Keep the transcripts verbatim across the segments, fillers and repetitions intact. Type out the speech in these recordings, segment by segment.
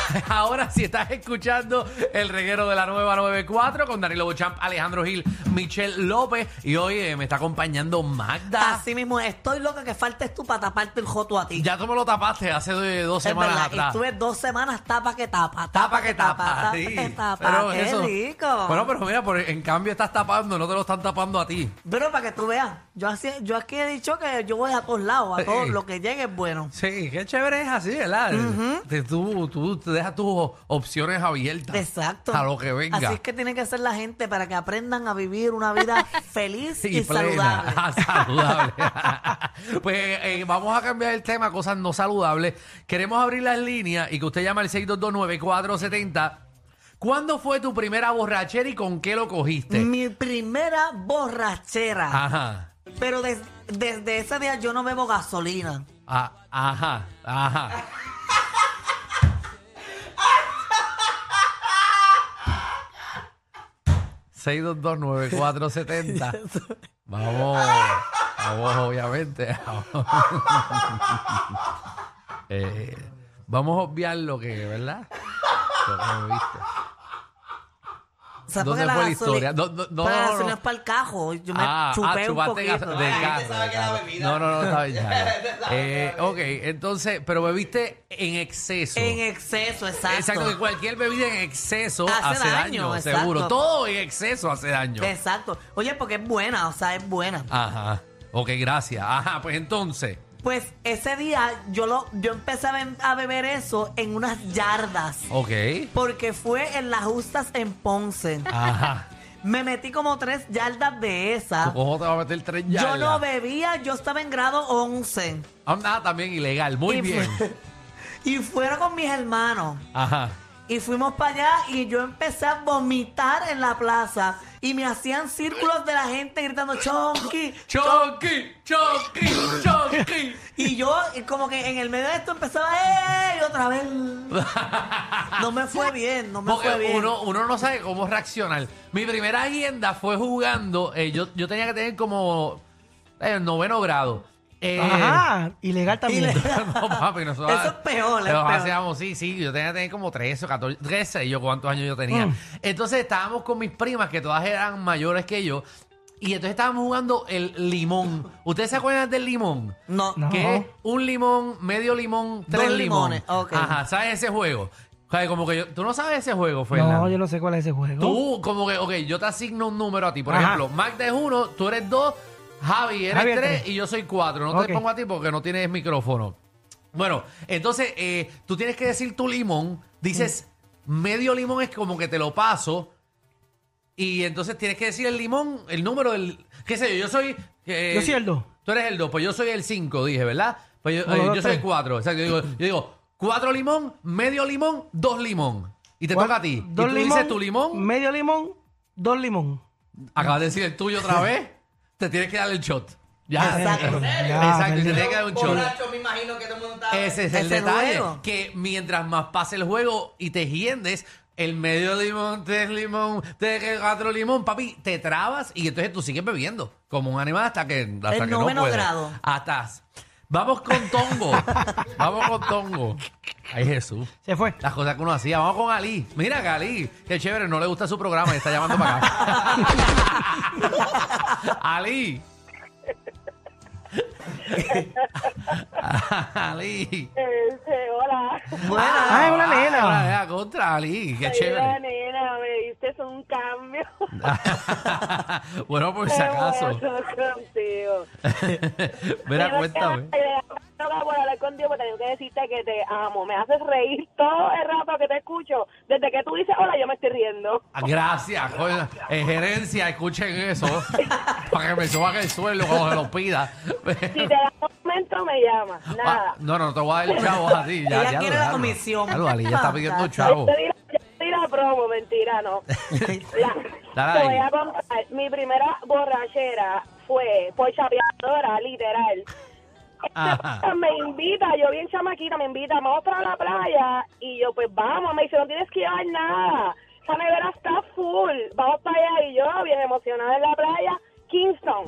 Ahora sí estás escuchando el reguero de la nueva noventa y cuatro con Danilo Bochamp, Alejandro Gil, Michelle López y hoy eh, me está acompañando Magda. Así mismo, estoy loca que faltes tú para taparte el joto a ti. Ya tú me lo tapaste hace de dos Es semanas verdad, atrás. estuve dos semanas tapa que tapa, tapa, Tapa que tapa, tapa, sí. que tapa. Pero Qué eso- rico. Bueno, pero mira, por, en cambio estás tapando, no te lo están tapando a ti. Pero para que tú veas, yo así, yo aquí he dicho que yo voy a todos lados, a todo Sí. lo que llegue es bueno. Sí, qué chévere es así, ¿verdad? Te- tú, tú te dejas tus opciones abiertas. Exacto. A lo que venga. Así es que tiene que ser la gente para que aprendan a vivir una vida feliz y, plena. saludable. Ah, saludable. Pues eh, vamos a cambiar el tema, cosas no saludables. Queremos abrir las líneas y que usted llame al seis dos dos, nueve cuatro siete cero. ¿Cuándo fue tu primera borrachera y con qué lo cogiste? Mi primera borrachera. Ajá. Pero des- desde ese día yo no bebo gasolina. Ah, ajá. Ajá. seis dos dos, nueve cuatro siete cero. Vamos, vamos, obviamente. eh, vamos a obviar lo que, ¿verdad? Lo que me viste. O sea, ¿Dónde porque fue la gasoli- historia? No, no, no, Para la no, gasolina no. es para el cajo. Yo me Ah, chupé ah, un chupaste poquito. gas- de carro, de carro. No, no, no, está bien. ya, ya. Eh, ok, entonces, pero bebiste en exceso. En exceso, exacto. Exacto, que cualquier bebida en exceso hace, Hace daño, daño, exacto. seguro. Todo en exceso hace daño. Exacto. Oye, porque es buena, o sea, es buena. Ajá. Ok, gracias. Ajá, pues entonces. Pues ese día yo lo yo empecé a, be- a beber eso en unas yardas. Ok. Porque fue en las justas en Ponce. Ajá. Me metí como tres yardas de esa. ¿Cómo te va a meter tres Yo yardas? no bebía, yo estaba en grado once. Ah, nada, también ilegal. Muy y bien. Fue, y fuera con mis hermanos. Ajá. Y fuimos para allá y yo empecé a vomitar en la plaza. Y me hacían círculos de la gente gritando, Chonky, Chonky, Chonky, Chonky. Y yo, y como que en el medio de esto empezaba, ¡eh! Y otra vez. No me fue bien, no me Porque fue bien. uno, uno no sabe cómo reaccionar. Mi primera agenda fue jugando. eh, yo, yo tenía que tener como eh, noveno grado. Eh, Ajá, ilegal también. Ilegal. No, papi, nosotros. Eso es peor, es Pero peor. hacíamos, sí, sí, yo tenía que tener como trece o catorce, trece, yo cuántos años yo tenía. Mm. Entonces estábamos con mis primas, que todas eran mayores que yo, y entonces estábamos jugando el limón. ¿Ustedes se acuerdan del limón? No. No. Que es un limón, medio limón, tres Dos limones. limones, ok. Ajá, ¿sabes ese juego? O sea, como que yo, tú no sabes ese juego, Fernando. No, yo no sé cuál es ese juego. Tú, como que, ok, yo te asigno un número a ti. Por Ajá. ejemplo, Magda es uno, tú eres dos, Javi eres Javi es tres tres. y yo soy cuatro. No Ok. te pongo a ti porque no tienes micrófono. Bueno, entonces eh, tú tienes que decir tu limón. Dices, medio limón es como que te lo paso. Y entonces tienes que decir el limón, el número del... ¿Qué sé yo? Yo soy... eh, Yo soy el dos. Tú eres el dos, pues yo soy el cinco, dije, ¿verdad? Pues yo, Uno, eh, dos, yo soy el tres. cuatro. Exacto, yo digo, yo digo, cuatro limón, medio limón, dos limón. Y te Cuat- toca a ti. Dos y tú limón, dices tu limón. medio limón, dos limón. Acabas de decir el tuyo otra vez. Te tienes que dar el shot. Ya. Exacto. Ya, Exacto. Y te perdí. tienes que dar un shot. me imagino que todo el mundo está... Ese es el Ese detalle. juego. Que mientras más pase el juego y te hiendes, el medio limón, tres limón, tres, cuatro limón, papi, te trabas y entonces tú sigues bebiendo como un animal hasta que, hasta El que no noveno puedes. grado. Hasta. Vamos con Tongo. Vamos con Tongo. Ay, Jesús. Se fue. Las cosas que uno hacía. Vamos con Ali. Mira, que Ali, qué chévere, no le gusta su programa y está llamando para acá. Ali. Ali. Este, hola. Buena. Ah, es una nena. Hola, nena, contra Ali, qué Soy la chévere. nena, me diste un cambio. Bueno, por si acaso. Qué bueno contigo. Mira, cuéntame. No acabo de hablar contigo, pero tengo que decirte que te amo. Me haces reír todo el rato que te escucho. Desde que tú dices hola, yo me estoy riendo. Gracias, coño. En gerencia, escuchen eso. Para que me suban el suelo cuando se lo pida. Si te das un momento, me llamas. Ah, Nada. no, no, no te voy a dar chavos a ti. Ya, Ella ya quiere lo- la ya lo- comisión. Ya lo, Ali, ya está pidiendo Yo chavos. Yo te di la- yo te di la promo, mentira, no. La- Dale te ahí. voy a contar. Mi primera borrachera fue por chapeadora, literal. Ajá. Este me invita, yo bien chamaquita, me invita, vamos para la playa. Y yo, pues vamos, me dice, no tienes que llevar nada. Esa nevera está full. Vamos para allá. Y yo, bien emocionada en la playa, Kingston.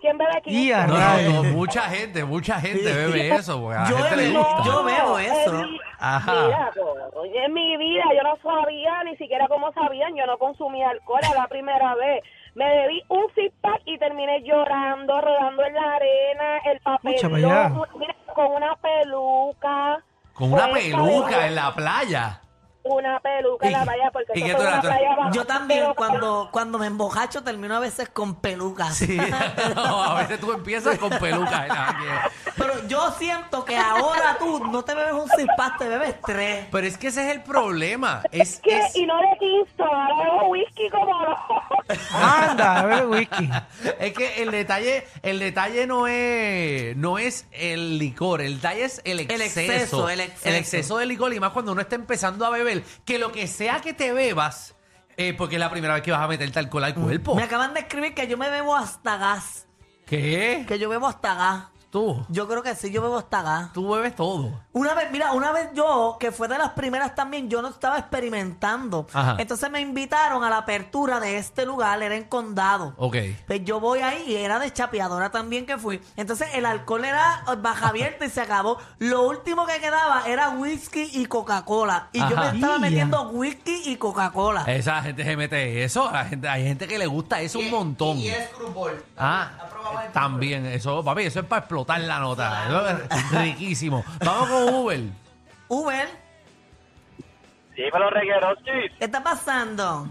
¿Quién bebe Y a Kingston? No, no, rayos. no, mucha gente, mucha gente bebe eso, porque a la Yo gente le bebo- gusta. yo bebo eso. en mi- Ajá. Mira, oye, en mi vida yo no sabía ni siquiera cómo sabían, yo no consumía alcohol, era la primera vez. Me bebí un six-pack y terminé llorando, rodando en la arena, el papel, Mucha pa' allá. mira, con una peluca. Con una Pues, peluca ¿sabes? en la playa. Una peluca en ¿Y- la playa, porque y eso qué fue tú una eras tú? playa baja, Yo también, pero- cuando, cuando me embojacho, termino a veces con pelucas. Sí, no, a veces tú empiezas con peluca. ¿no? Pero yo siento que ahora tú no te bebes un six-pack, te bebes tres. Pero es que ese es el problema. Es, ¿Qué? es- Y no de Kingston, ahora bebo whisky como los... Anda, bebe whisky. es que el detalle, el detalle no es, no es el licor, el detalle es el exceso. exceso, el exceso. El exceso de licor, y más cuando uno está empezando a beber, que lo que sea que te bebas, eh, porque es la primera vez que vas a meterte alcohol al cuerpo. Me acaban de escribir que yo me bebo hasta gas. ¿Qué? Que yo bebo hasta gas. Tú, Yo creo que sí, yo bebo hasta gas. tú bebes todo. Una vez, mira, una vez yo, que fue de las primeras también, yo no estaba experimentando. Ajá. Entonces me invitaron a la apertura de este lugar, era en Condado. Ok. Pues yo voy ahí y era de chapeadora también que fui. Entonces el alcohol era baja abierta y se acabó. Lo último que quedaba era whisky y Coca-Cola. Y yo Ajá. me estaba Ya. metiendo whisky y Coca-Cola. Esa gente se mete eso. La gente, hay gente que le gusta eso un montón. Screwball. Ah, eh, también, eso, papi, eso es para explotar la nota. Eso es riquísimo. Vamos con Uber. Uber, Dímelo, Regueroski. ¿qué está pasando?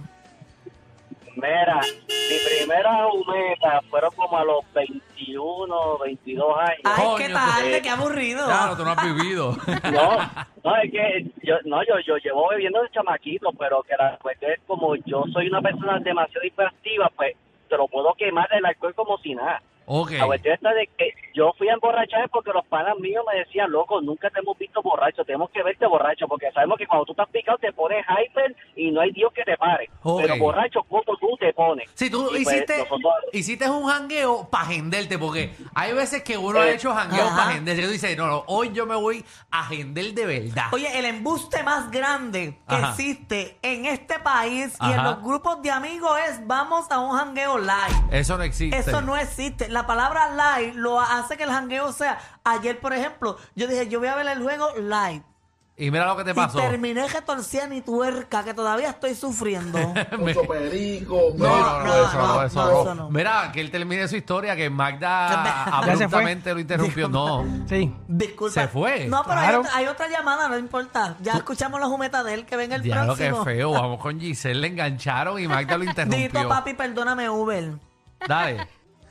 Mira, mi primera humeta fueron como a los veintiuno, veintidós años. Ay, Coño, qué tarde, tú- qué aburrido. Claro, tú no has vivido. No, no, es que yo, no, yo, yo llevo bebiendo de chamaquito, pero que la cuestión es como yo soy una persona demasiado hiperactiva, pues te lo puedo quemar el alcohol como si nada. Ok. La cuestión está de que yo fui a emborracharme porque los panas míos me decían, loco, nunca te hemos visto borracho, tenemos que verte borracho, porque sabemos que cuando tú estás picado te pones hyper y no hay Dios que te pare. Ok. Pero borracho, ¿cómo tú te pones? Si tú Y pues, hiciste, nosotros- hiciste un jangueo para genderte, porque hay veces que uno ha Eh, hecho jangueo ajá. para genderse. Y tú dices, no, no, hoy yo me voy a gender de verdad. Oye, el embuste más grande que Ajá. existe en este país y en Ajá. los grupos de amigos es vamos a un jangueo live. Eso no existe. Eso no existe. La palabra live lo hace que el jangueo sea. Ayer, por ejemplo, yo dije, yo voy a ver el juego live. Y mira lo que te Y pasó. terminé que torcía ni tuerca, que todavía estoy sufriendo. Me- perico, No, no, no, no, eso no, no, eso no, no. eso no. Mira, que él termine su historia, que Magda Ya se fue. abruptamente lo interrumpió. No, Sí. Disculpa. Se fue. No, pero hay, Claro. otra, hay otra llamada, no importa. Ya escuchamos la jumeta de él, que venga el diablo que próximo. feo. Vamos con Giselle, le engancharon y Magda lo Dito, interrumpió. papi, perdóname, Uber. Dale.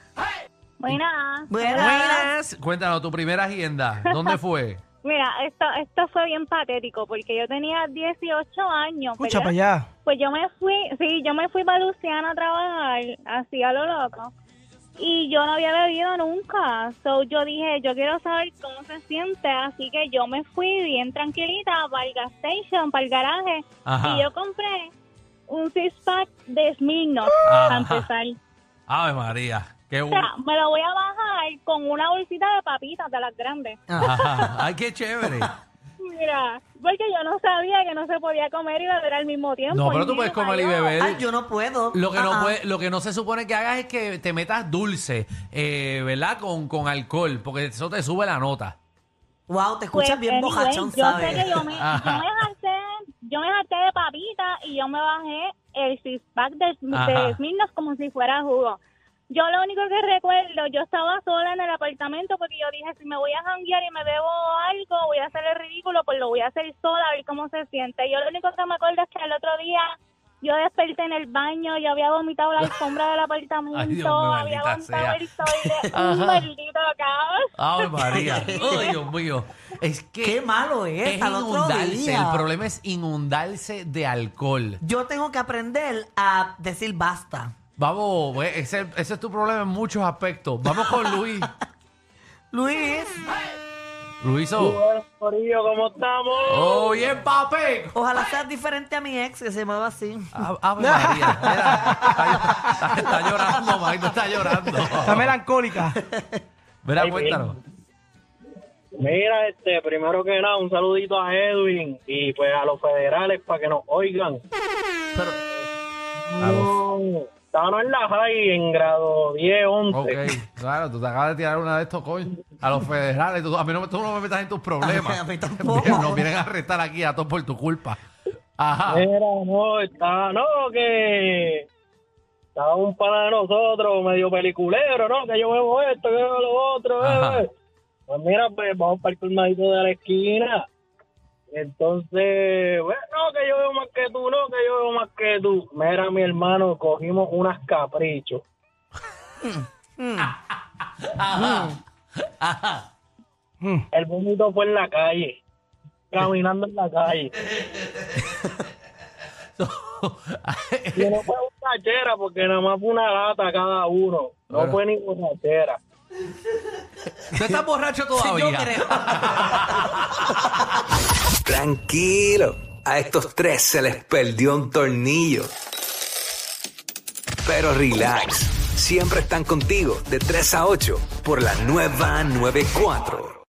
Buenas. Buenas. Buenas. Cuéntanos, tu primera agenda. ¿Dónde fue? Mira, esto, esto fue bien patético porque yo tenía dieciocho años. Escucha ¿verdad? para allá. Pues yo me fui, sí, yo me fui para Luciana a trabajar, así a lo loco. Y yo no había bebido nunca. So yo dije, yo quiero saber cómo se siente. Así que yo me fui bien tranquilita para el gas station, para el garaje. Ajá. Y yo compré un six-pack de Smirnoff Ajá. para empezar. Ave María. Qué O bueno. sea, me lo voy a bajar con una bolsita de papitas de las grandes. Ay, qué chévere. Mira, porque yo no sabía que no se podía comer y beber al mismo tiempo. No, pero tú Y puedes dije, comer y "Adiós". beber. Ay, yo no puedo. Lo que, no Ah, ah. puede, lo que no se supone que hagas es que te metas dulce, eh, ¿verdad? Con, con alcohol, porque eso te sube la nota. Wow, te Pues, escuchas bien anyway, bojachón, yo ¿sabes? sé que yo me, yo Ajá. me harté, yo me harté de papita y yo me bajé el six-pack de, Ajá. de Smirnoff como si fuera jugo. Yo lo único que recuerdo, yo estaba sola en el apartamento porque yo dije, si me voy a janguear y me bebo algo, voy a hacer el ridículo, pues lo voy a hacer sola, a ver cómo se siente. Yo lo único que me acuerdo es que el otro día yo desperté en el baño, yo había vomitado la alfombra del apartamento, Ay, Dios mío, había maldita vomitado sea. el toile, Ajá. un maldito caos. Ave María. Ay, Dios mío. Es que Qué malo es, es al otro inundarse. día. El problema es inundarse de alcohol. Yo tengo que aprender a decir basta. Vamos, pues, ese, ese es tu problema en muchos aspectos. Vamos con Luis. Luis, Luiso. Corillo, ¿cómo estamos? Oh, bien, papi. ojalá seas diferente a mi ex, que se mueva así. A- Ave María. Mira, está, está- está llorando, Magda está llorando. Está melancólica. Mira, Ay, cuéntanos. Mira, este, primero que nada, un saludito a Edwin y pues a los federales para que nos oigan. Pero, A los- No, estábamos en la high en grado diez, once. Ok, claro, tú te acabas de tirar una de estos, coño, a los federales. Tú, a mí no, tú no me metas en tus problemas. A mí tampoco. Nos vienen a arrestar aquí a todos por tu culpa. Ajá. Mira, no, está, no, que estaba un pana de nosotros, medio peliculero, ¿no? Que yo veo esto, que veo lo otro, Ajá. eh. Pues mira, pues vamos para el colmadito de la esquina. Entonces, bueno, no, que yo veo más que tú, no, que yo veo más que tú. Mira, mi hermano, cogimos unas caprichos. El vómito fue en la calle, caminando en la calle. Y no fue borrachera porque nada más fue una lata cada uno. No Bueno. fue ni borrachera. ¿Tú estás borracho Yo todavía? creo. Tranquilo, a estos tres se les perdió un tornillo. Pero relax, siempre están contigo de tres a ocho por la nueva noventa y cuatro.